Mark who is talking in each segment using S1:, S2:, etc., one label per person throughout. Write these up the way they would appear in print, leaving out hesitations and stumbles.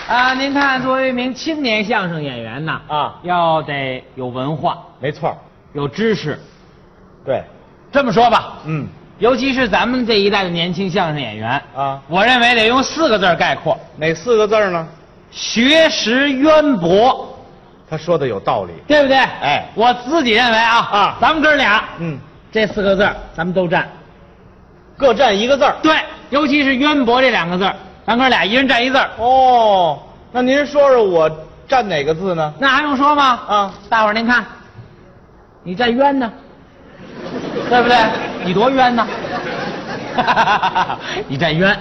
S1: 啊，您看，作为一名青年相声演员呐，要得有文化，
S2: 没错，
S1: 有知识。
S2: 对，
S1: 这么说吧，
S2: 尤
S1: 其是咱们这一代的年轻相声演员
S2: 啊，
S1: 我认为得用4个字概括。
S2: 哪4个字呢？
S1: 学识渊博。
S2: 他说的有道理，
S1: 对不对？
S2: 哎，
S1: 我自己认为啊，咱们哥俩，这4个字咱们都占，
S2: 各占1个字。
S1: 对，尤其是渊博这2个字，咱哥俩一人占1字。
S2: 哦，那您说说我占哪个字呢？
S1: 那还用说吗？大伙儿您看，你占渊呢，对不对？你多冤呢？你占冤。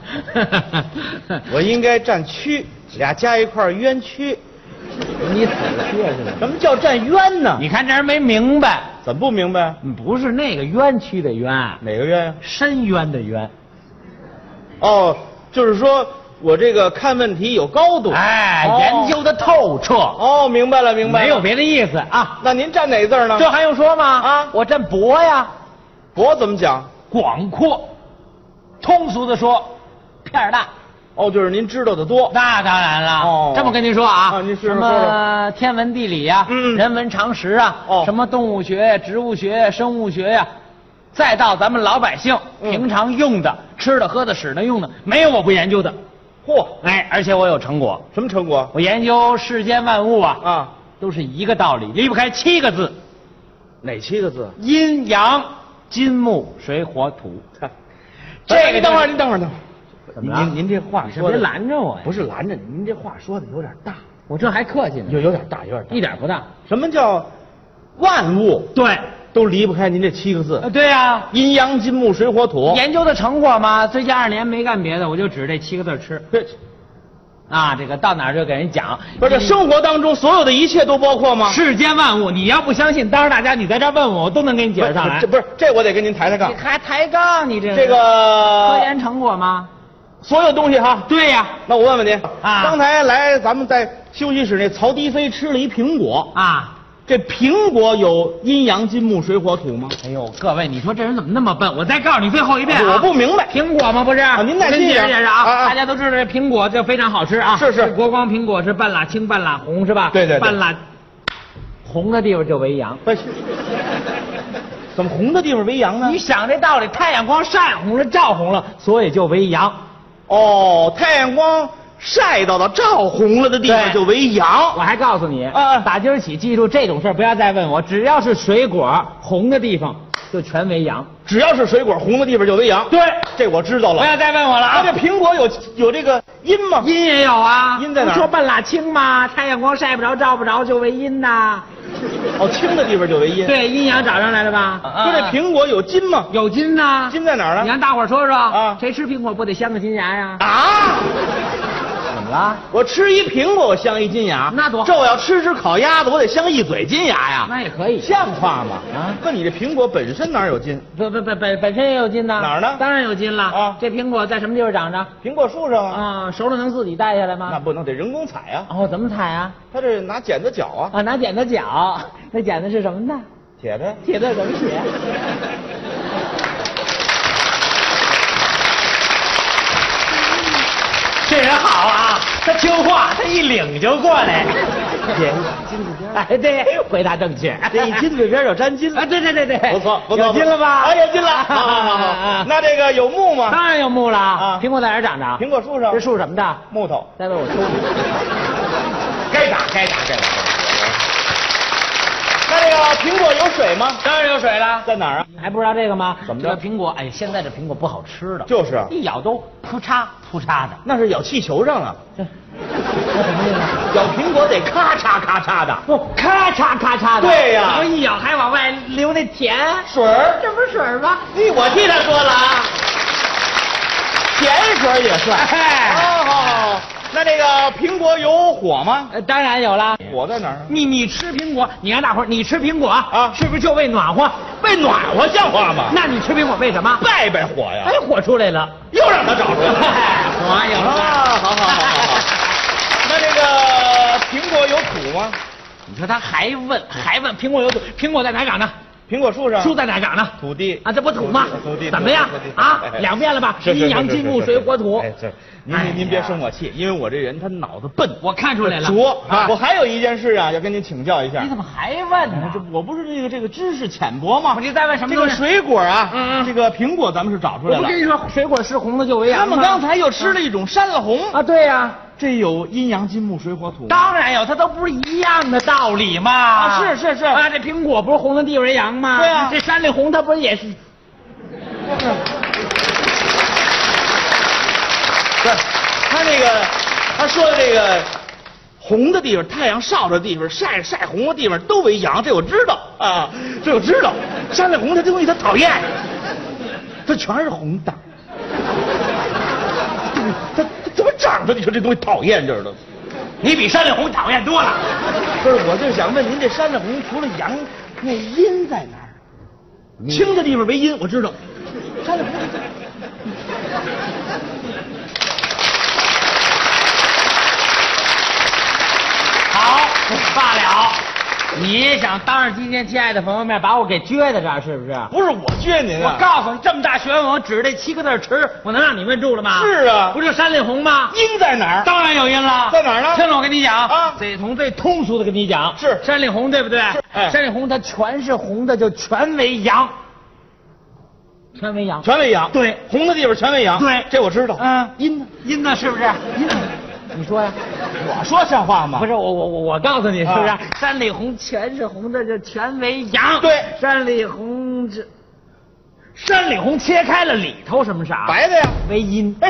S2: 我应该占曲，俩加一块冤屈。
S1: 你死去是吧？
S2: 什么叫占冤呢？
S1: 你看这人没明白，
S2: 怎么不明白？
S1: 不是那个冤屈的冤，
S2: 哪个冤呀？
S1: 深渊的渊。
S2: 哦，就是说我这个看问题有高度，
S1: 研究的透彻。
S2: 哦，明白了，明白了，
S1: 没有别的意思啊。
S2: 那您占哪个字呢？
S1: 这还用说吗？我占博呀。
S2: 博怎么讲？
S1: 广阔。通俗的说，片儿大。
S2: 哦，就是您知道的多。
S1: 那当然了。哦，这么跟您说啊，
S2: 您
S1: 什么天文地理呀，人文常识啊，什么动物学呀、植物学呀、生物学呀，再到咱们老百姓平常用的、吃的、喝的、使的、用的，没有我不研究的。
S2: 嚯！
S1: 而且我有成果。
S2: 什么成果？
S1: 我研究世间万物啊，都是一个道理，离不开7个字。
S2: 哪7个字？
S1: 阴阳、金木水火土。
S2: 这个等会儿，您等会儿。您这话说的，
S1: 别拦着我呀！
S2: 不是拦着您这话说的有点大。
S1: 我这还客气呢。
S2: 有点大，有点大。
S1: 一点不大。
S2: 什么叫万物？
S1: 对，
S2: 都离不开您这7个字。
S1: 对呀，
S2: 阴阳金木水火土。
S1: 研究的成果嘛，最近2年没干别的，我就指这7个字吃。
S2: 对，
S1: 这个到哪儿就给人讲。
S2: 不是，这生活当中所有的一切都包括吗？
S1: 世间万物，你要不相信，当着大家你在这儿问我都能给你解释上来。
S2: 这不是，这我得跟您抬杠。
S1: 你还抬杠？你
S2: 这个
S1: 科研成果吗？
S2: 所有东西哈。
S1: 对呀。
S2: 那我问问您刚才来咱们在休息室那曹迪飞吃了一苹果这苹果有阴阳金木水火土吗？
S1: 哎呦，各位，你说这人怎么那么笨？我再告诉你最后一遍
S2: 我不明白。
S1: 苹果吗？不是。
S2: 您再解释
S1: 解释大家都知道这苹果这非常好吃啊。
S2: 是。
S1: 国光苹果是半拉青半拉红是吧？
S2: 对。
S1: 半拉红的地方就为阳。
S2: 怎么红的地方为阳呢？
S1: 你想这道理，太阳光晒红了、照红了，所以就为阳。
S2: 哦，太阳光晒到照红了的地方就为阳。
S1: 我还告诉你，打今儿起记住这种事儿，不要再问我。只要是水果红的地方，就全为阳。
S2: 只要是水果红的地方就为阳。
S1: 对，
S2: 这我知道了。
S1: 不要再问我了啊！
S2: 这苹果有这个阴吗？
S1: 阴也有啊。
S2: 阴在哪儿？
S1: 不说半拉青吗？太阳光晒不着、照不着就为阴呐。
S2: 哦，青的地方就为阴。
S1: 对，阴阳找上来了吧？
S2: 说这苹果有金吗？
S1: 有金呐。
S2: 金在哪儿呢？
S1: 你让大伙儿说说谁吃苹果不得镶个金牙呀？怎么了？
S2: 我吃一苹果，我镶一金牙，
S1: 那多好。
S2: 这我要吃烤鸭子，我得镶一嘴金牙呀。
S1: 那也可以，
S2: 像话吗？那你这苹果本身哪有金？
S1: 本身也有金呐。
S2: 哪儿呢？
S1: 当然有金了这苹果在什么地方长着？
S2: 苹果树上
S1: 熟了能自己带下来吗？
S2: 那不能，得人工采啊。
S1: 怎么采啊？
S2: 他这拿剪子绞啊。
S1: 拿剪子绞，那剪子是什么呢？
S2: 铁的。
S1: 铁的怎么写？这人好啊，他听话，他一领就过来。
S2: 金子边。
S1: 对，回答正确。
S2: 这一金子边有沾金。
S1: 对。
S2: 不错。
S1: 有金了吧？
S2: 有金了。好。那这个有木吗？
S1: 当然有木了。苹果在哪儿长着？
S2: 苹果树上。
S1: 这树什么的？
S2: 木头。
S1: 再问我抽你。该打。
S2: 那这个苹果有水吗？
S1: 当然有水了。
S2: 在哪儿啊？
S1: 还不知道这个吗？
S2: 怎么着？
S1: 这苹果，现在这苹果不好吃的。
S2: 就是
S1: 一咬都扑嚓扑嚓的。
S2: 那是咬气球上了。
S1: 那什么意思？
S2: 咬苹果得咔嚓咔嚓的。
S1: 咔嚓咔嚓的。
S2: 对呀。
S1: 然后一咬还往外流那甜
S2: 水儿，
S1: 这不是水儿吗？
S2: 我替他说了甜水也算。好。那这个苹果有火吗？
S1: 当然有了。
S2: 火在哪儿？
S1: 你吃苹果，你让大伙儿你吃苹果是不是就为暖和？
S2: 为暖和像话吗？
S1: 那你吃苹果为什么？
S2: 拜火呀！
S1: 火出来了，
S2: 又让他找出来了。
S1: 火有了。
S2: 好。那这个苹果有土吗？
S1: 你说他还问苹果有土？苹果在哪长呢？
S2: 苹果树上。
S1: 树在哪长呢？
S2: 土地
S1: 啊，这不土吗？
S2: 土地
S1: 怎么样啊？2遍了吧？阴阳金木水火土。
S2: 您别生我气，因为我这人他脑子笨，
S1: 我看出来了。
S2: 拙啊！我还有一件事啊，要跟您请教一下。
S1: 你怎么还问呢？
S2: 我不是这个知识浅薄吗？
S1: 你在问什么？
S2: 这个水果啊，这个苹果咱们是找出来了。
S1: 我不跟你说，水果是红的就为阳。
S2: 他们刚才又吃了一种山了红
S1: 啊，对呀。
S2: 这有阴阳金木水火土，
S1: 当然有，它都不是一样的道理嘛。
S2: 啊，是
S1: 啊，这苹果不是红的地为阳吗？
S2: 对啊，
S1: 这山里红它不是也是？
S2: 对，他说的这个红的地方，太阳照的地方，晒红的地方都为阳，这我知道啊，这我知道。山里红它这东西它讨厌，它全是红的。它怎么长的？你说这东西讨厌劲儿的，
S1: 你比山里红讨厌多了。
S2: 不是，我就想问您，这山里红除了阳，那阴在哪儿？青的地方为阴，我知道。山里红。
S1: 好，罢了。你想当着今天亲爱的朋友面把我给撅在这儿，是不是？
S2: 不是我撅您啊！
S1: 我告诉你，这么大学问，我指这7个字吃，我能让你问住了吗？
S2: 是啊，
S1: 不是山里红吗？
S2: 阴在哪儿？
S1: 当然有阴了，
S2: 在哪儿呢？
S1: 听着我跟你讲
S2: 啊，
S1: 从最通俗的跟你讲，
S2: 是
S1: 山里红，对不对？
S2: 哎，
S1: 山里红它全是红的，就全为阳。全为阳，
S2: 全为阳，
S1: 对，
S2: 红的地方全为阳，
S1: 对，
S2: 这我知道。
S1: 嗯，
S2: 阴呢？
S1: 阴呢？是不是？阴呢？你说呀？
S2: 我说像话吗？
S1: 不是我告诉你，是不是？山里红全是红的，就全为阳。
S2: 对，
S1: 山里红山里红切开了里头什么色？
S2: 白的呀，
S1: 为阴。
S2: 哎。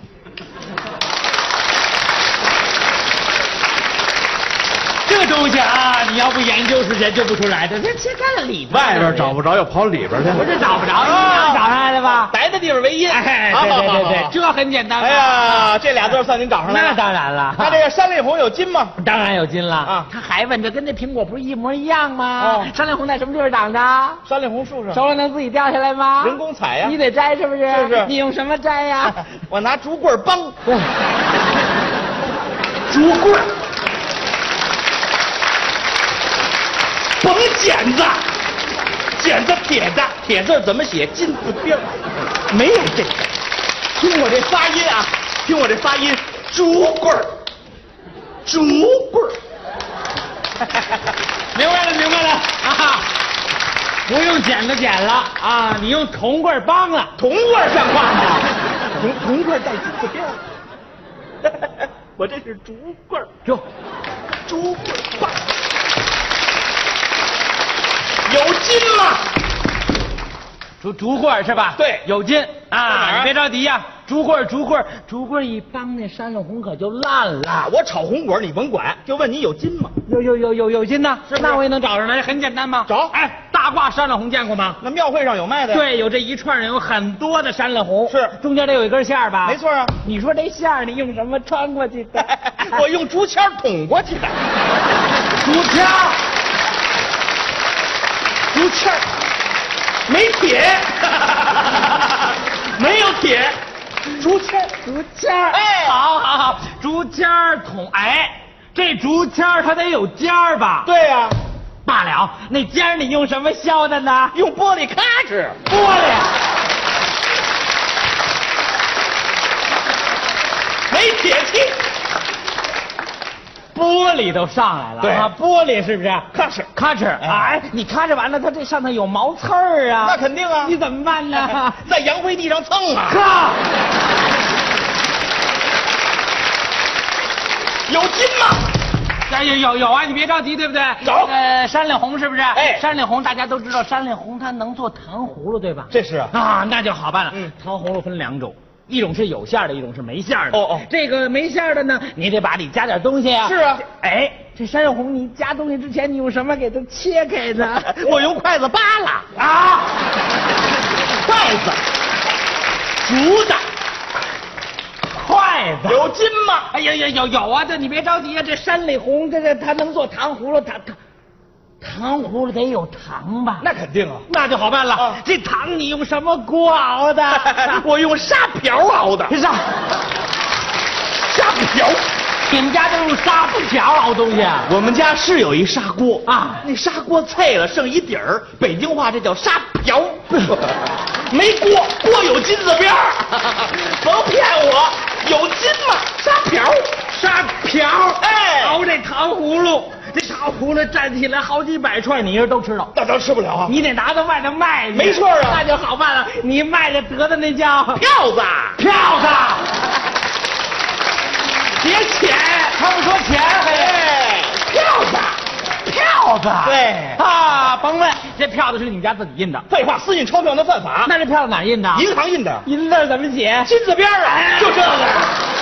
S1: 这个东西啊，你要不研究是研究不出来的。这切开了里头，
S2: 外边找不着，要跑里边去。
S1: 不是找不着，你找上来了吧？
S2: 白的地方为阴。
S1: 哎，对，这很简单。
S2: 哎呀，这俩字算您找上来了。
S1: 那当然了。
S2: 他这个山里红有金吗？
S1: 当然有金了
S2: 啊。
S1: 他还问这跟这苹果不是一模一样吗？山里红在什么地方长的？
S2: 山里红树上。
S1: 熟了能自己掉下来吗？
S2: 人工采呀。
S1: 你得摘是不是？
S2: 是。
S1: 你用什么摘呀？
S2: 我拿竹棍帮。
S1: 竹棍。
S2: 甭剪子，剪子铁的，铁字怎么写？金字边，没有这个。听我这发音啊，听我这发音，竹棍儿，竹棍儿。
S1: 明白了啊！不用剪子剪了啊，你用铜棍帮了。
S2: 铜棍像话吗？铜棍带金字边。我这是竹棍儿，
S1: 哟，
S2: 竹棍棒。有金吗？
S1: 竹棍是吧？
S2: 对，
S1: 有金啊！
S2: 你
S1: 别着急呀，竹棍一帮，那山里红可就烂了。
S2: 我炒红果你甭管，就问你有金吗？
S1: 有金呐，是那我也能找上来，很简单吗？
S2: 找。
S1: 哎，大挂山里红见过吗？
S2: 那庙会上有卖的。
S1: 对，有这一串有很多的山里红，
S2: 是
S1: 中间得有一根线吧？
S2: 没错啊。
S1: 你说这线你用什么穿过去的？
S2: 我用竹签捅过去的。
S1: 竹签。
S2: 竹签没铁，没有铁，竹签，
S1: 哎，好，竹签捅，哎，这竹签它得有尖儿吧？
S2: 对呀。
S1: 罢了，那尖儿你用什么削的呢？
S2: 用玻璃咔哧。
S1: 玻璃。
S2: 没铁器。
S1: 玻璃都上来了，
S2: 对
S1: 啊，玻璃是不是？
S2: 咔哧，
S1: 哎，你咔哧完了，它这上头有毛刺儿啊。
S2: 那肯定啊。
S1: 你怎么办呢？
S2: 在洋灰地上蹭啊。
S1: 呵。
S2: 有金吗？
S1: 有啊，你别着急，对不对？
S2: 有。
S1: 山里红是不是？
S2: 哎，
S1: 山里红大家都知道，山里红它能做糖葫芦，对吧？
S2: 这是
S1: 啊，那就好办了。糖葫芦分2种。一种是有馅的，一种是没馅的。这个没馅的呢，你得把里加点东西啊。
S2: 是啊。
S1: 哎，这山里红你加东西之前，你用什么给它切开呢？
S2: 我用筷子扒拉
S1: 啊。
S2: 筷子，竹的。
S1: 筷子
S2: 有金吗？
S1: 哎呀，有啊！这你别着急啊，这山里红它能做糖葫芦，糖葫芦得有糖吧？
S2: 那肯定啊，
S1: 那就好办了。这糖你用什么锅熬的？
S2: 我用沙瓢熬的。
S1: 沙瓢， 你们家就用砂不巧老东西啊？
S2: 我们家是有一砂锅
S1: 啊，
S2: 那砂锅碎了剩一底儿，北京话这叫砂瓢。没锅，锅有金字边儿，甭骗我，有金吗？砂瓢，
S1: 砂瓢，
S2: 哎，
S1: 熬这糖葫芦，这糖葫芦站起来好几百串，你都吃到？
S2: 那咱吃不了啊！
S1: 你得拿到外头卖去。
S2: 没错啊，
S1: 那就好办了，你卖的得的那叫
S2: 票子，
S1: 票子。别钱，他们说钱，
S2: 哎，票子。
S1: 票子，
S2: 对
S1: 啊，甭问，这票子是你们家自己印的。
S2: 废话，私印钞票那犯法。
S1: 那这票子哪儿印的？
S2: 银行印的。
S1: 银字怎么写？
S2: 金字边啊，就这个。